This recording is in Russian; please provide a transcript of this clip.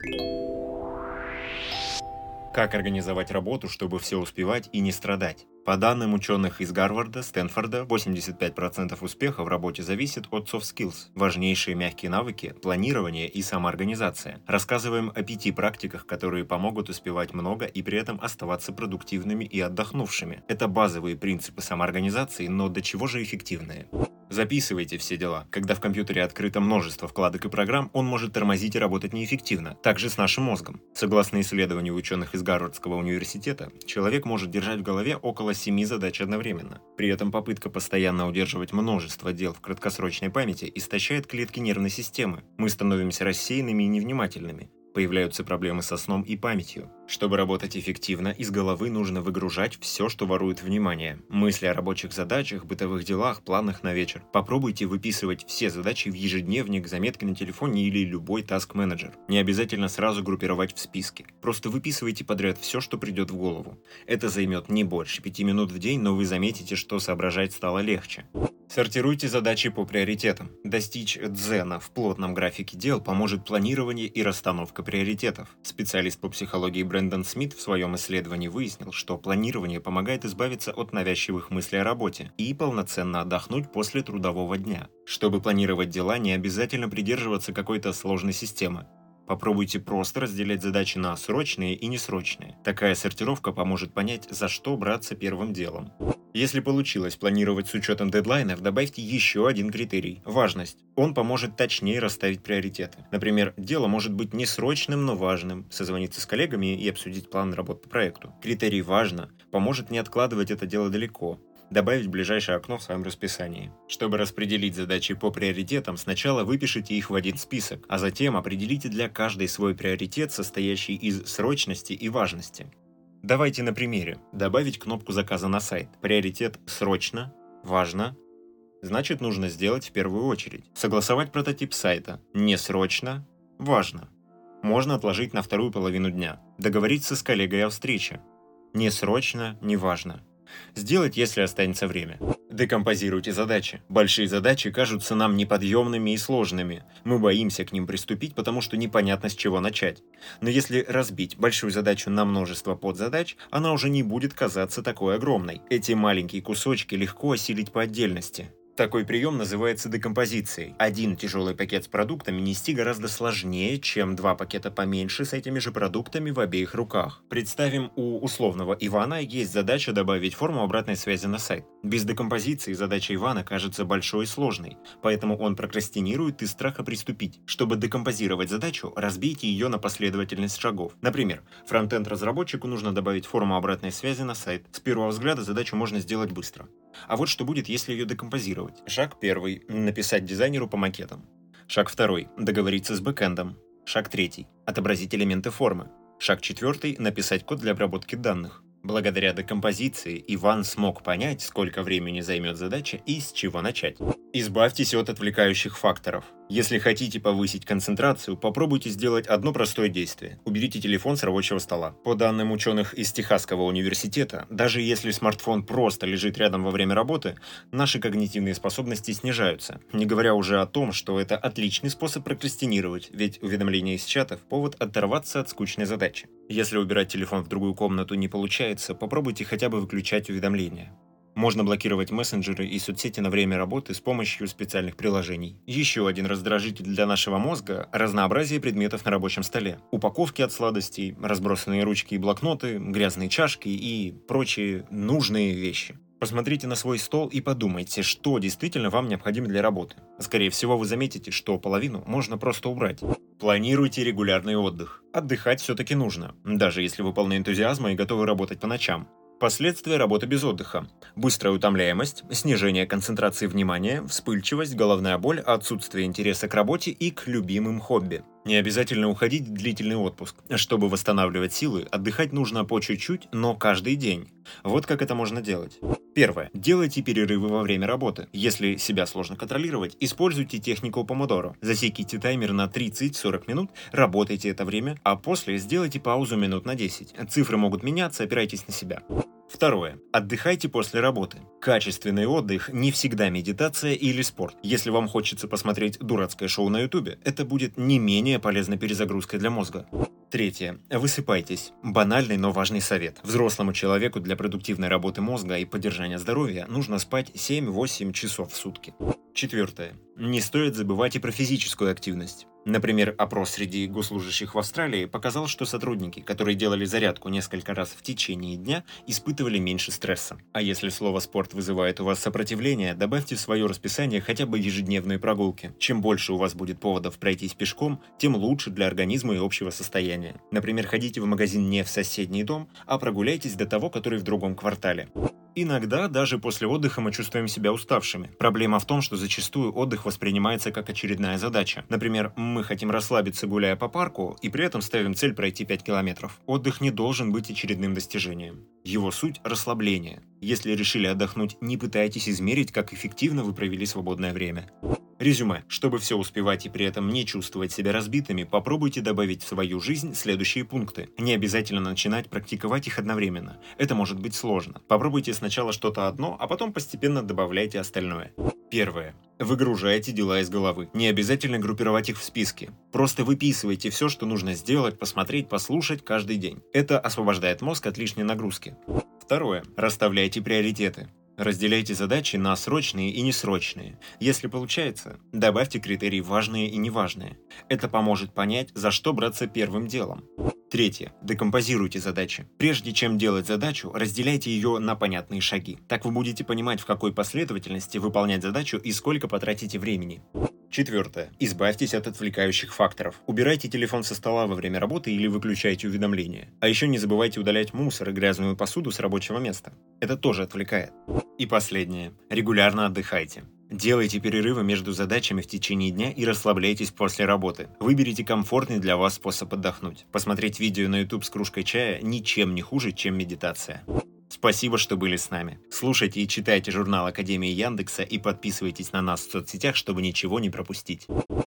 Как организовать работу, чтобы все успевать и не страдать? По данным ученых из Гарварда, Стэнфорда, 85% успеха в работе зависит от soft skills, важнейшие мягкие навыки, планирование и самоорганизация. Рассказываем о 5 практиках, которые помогут успевать много и при этом оставаться продуктивными и отдохнувшими. Это базовые принципы самоорганизации, но до чего же эффективные? Записывайте все дела. Когда в компьютере открыто множество вкладок и программ, он может тормозить и работать неэффективно. Также с нашим мозгом. Согласно исследованию ученых из Гарвардского университета, человек может держать в голове около 7 задач одновременно. При этом попытка постоянно удерживать множество дел в краткосрочной памяти истощает клетки нервной системы. Мы становимся рассеянными и невнимательными. Появляются проблемы со сном и памятью. Чтобы работать эффективно, из головы нужно выгружать все, что ворует внимание. Мысли о рабочих задачах, бытовых делах, планах на вечер. Попробуйте выписывать все задачи в ежедневник, заметки на телефоне или любой таск-менеджер. Не обязательно сразу группировать в списки. Просто выписывайте подряд все, что придет в голову. Это займет не больше 5 минут в день, но вы заметите, что соображать стало легче. Сортируйте задачи по приоритетам. Достичь дзена в плотном графике дел поможет планирование и расстановка приоритетов. Специалист по психологии Брэндон Смит в своем исследовании выяснил, что планирование помогает избавиться от навязчивых мыслей о работе и полноценно отдохнуть после трудового дня. Чтобы планировать дела, не обязательно придерживаться какой-то сложной системы. Попробуйте просто разделять задачи на срочные и несрочные. Такая сортировка поможет понять, за что браться первым делом. Если получилось планировать с учетом дедлайнов, добавьте еще один критерий – важность. Он поможет точнее расставить приоритеты. Например, дело может быть не срочным, но важным. Созвониться с коллегами и обсудить план работы по проекту. Критерий «важно» поможет не откладывать это дело далеко. Добавить в ближайшее окно в своем расписании. Чтобы распределить задачи по приоритетам, сначала выпишите их в один список, а затем определите для каждой свой приоритет, состоящий из срочности и важности. Давайте на примере. Добавить кнопку заказа на сайт. Приоритет «Срочно», «Важно». Значит, нужно сделать в первую очередь. Согласовать прототип сайта. Не срочно, важно. Можно отложить на вторую половину дня. Договориться с коллегой о встрече. Не срочно, не важно. Сделать, если останется время. Декомпозируйте задачи. Большие задачи кажутся нам неподъемными и сложными. Мы боимся к ним приступить, потому что непонятно, с чего начать. Но если разбить большую задачу на множество подзадач, она уже не будет казаться такой огромной. Эти маленькие кусочки легко осилить по отдельности. Такой прием называется декомпозицией. Один тяжелый пакет с продуктами нести гораздо сложнее, чем 2 пакета поменьше с этими же продуктами в обеих руках. Представим, у условного Ивана есть задача добавить форму обратной связи на сайт. Без декомпозиции задача Ивана кажется большой и сложной, поэтому он прокрастинирует из страха приступить. Чтобы декомпозировать задачу, разбейте ее на последовательность шагов. Например, фронтенд-разработчику нужно добавить форму обратной связи на сайт. С первого взгляда задачу можно сделать быстро. А вот что будет, если ее декомпозировать. Шаг 1. Написать дизайнеру по макетам. Шаг 2. Договориться с бэкэндом. Шаг 3. Отобразить элементы формы. Шаг 4. Написать код для обработки данных. Благодаря декомпозиции Иван смог понять, сколько времени займет задача и с чего начать. Избавьтесь от отвлекающих факторов. Если хотите повысить концентрацию, попробуйте сделать одно простое действие. Уберите телефон с рабочего стола. По данным ученых из Техасского университета, даже если смартфон просто лежит рядом во время работы, наши когнитивные способности снижаются. Не говоря уже о том, что это отличный способ прокрастинировать, ведь уведомления из чатов – повод оторваться от скучной задачи. Если убирать телефон в другую комнату не получается, попробуйте хотя бы выключать уведомления. Можно блокировать мессенджеры и соцсети на время работы с помощью специальных приложений. Еще один раздражитель для нашего мозга – разнообразие предметов на рабочем столе. Упаковки от сладостей, разбросанные ручки и блокноты, грязные чашки и прочие нужные вещи. Посмотрите на свой стол и подумайте, что действительно вам необходимо для работы. Скорее всего, вы заметите, что половину можно просто убрать. Планируйте регулярный отдых. Отдыхать все-таки нужно, даже если вы полны энтузиазма и готовы работать по ночам. Последствия работы без отдыха. Быстрая утомляемость, снижение концентрации внимания, вспыльчивость, головная боль, отсутствие интереса к работе и к любимым хобби. Не обязательно уходить в длительный отпуск. Чтобы восстанавливать силы, отдыхать нужно по чуть-чуть, но каждый день. Вот как это можно делать. Первое. Делайте перерывы во время работы. Если себя сложно контролировать, используйте технику помодоро. Засеките таймер на 30-40 минут, работайте это время, а после сделайте паузу минут на 10. Цифры могут меняться, опирайтесь на себя. Второе. Отдыхайте после работы. Качественный отдых не всегда медитация или спорт. Если вам хочется посмотреть дурацкое шоу на ютубе, это будет не менее полезной перезагрузкой для мозга. Третье. Высыпайтесь. Банальный, но важный совет. Взрослому человеку для продуктивной работы мозга и поддержания здоровья нужно спать 7-8 часов в сутки. Четвертое. Не стоит забывать и про физическую активность. Например, опрос среди госслужащих в Австралии показал, что сотрудники, которые делали зарядку несколько раз в течение дня, испытывали меньше стресса. А если слово «спорт» вызывает у вас сопротивление, добавьте в свое расписание хотя бы ежедневные прогулки. Чем больше у вас будет поводов пройтись пешком, тем лучше для организма и общего состояния. Например, ходите в магазин не в соседний дом, а прогуляйтесь до того, который в другом квартале. Иногда даже после отдыха мы чувствуем себя уставшими. Проблема в том, что зачастую отдых воспринимается как очередная задача. Например, мы хотим расслабиться, гуляя по парку, и при этом ставим цель пройти 5 километров. Отдых не должен быть очередным достижением. Его суть – расслабление. Если решили отдохнуть, не пытайтесь измерить, как эффективно вы провели свободное время. Резюме. Чтобы все успевать и при этом не чувствовать себя разбитыми, попробуйте добавить в свою жизнь следующие пункты. Не обязательно начинать практиковать их одновременно. Это может быть сложно. Попробуйте сначала что-то одно, а потом постепенно добавляйте остальное. Первое. Выгружайте дела из головы. Не обязательно группировать их в списке. Просто выписывайте все, что нужно сделать, посмотреть, послушать каждый день. Это освобождает мозг от лишней нагрузки. Второе. Расставляйте приоритеты. Разделяйте задачи на срочные и несрочные. Если получается, добавьте критерии важные и неважные. Это поможет понять, за что браться первым делом. Третье. Декомпозируйте задачи. Прежде чем делать задачу, разделяйте ее на понятные шаги. Так вы будете понимать, в какой последовательности выполнять задачу и сколько потратите времени. Четвертое. Избавьтесь от отвлекающих факторов. Убирайте телефон со стола во время работы или выключайте уведомления. А еще не забывайте удалять мусор и грязную посуду с рабочего места. Это тоже отвлекает. И последнее. Регулярно отдыхайте. Делайте перерывы между задачами в течение дня и расслабляйтесь после работы. Выберите комфортный для вас способ отдохнуть. Посмотреть видео на YouTube с кружкой чая ничем не хуже, чем медитация. Спасибо, что были с нами. Слушайте и читайте журнал Академии Яндекса и подписывайтесь на нас в соцсетях, чтобы ничего не пропустить.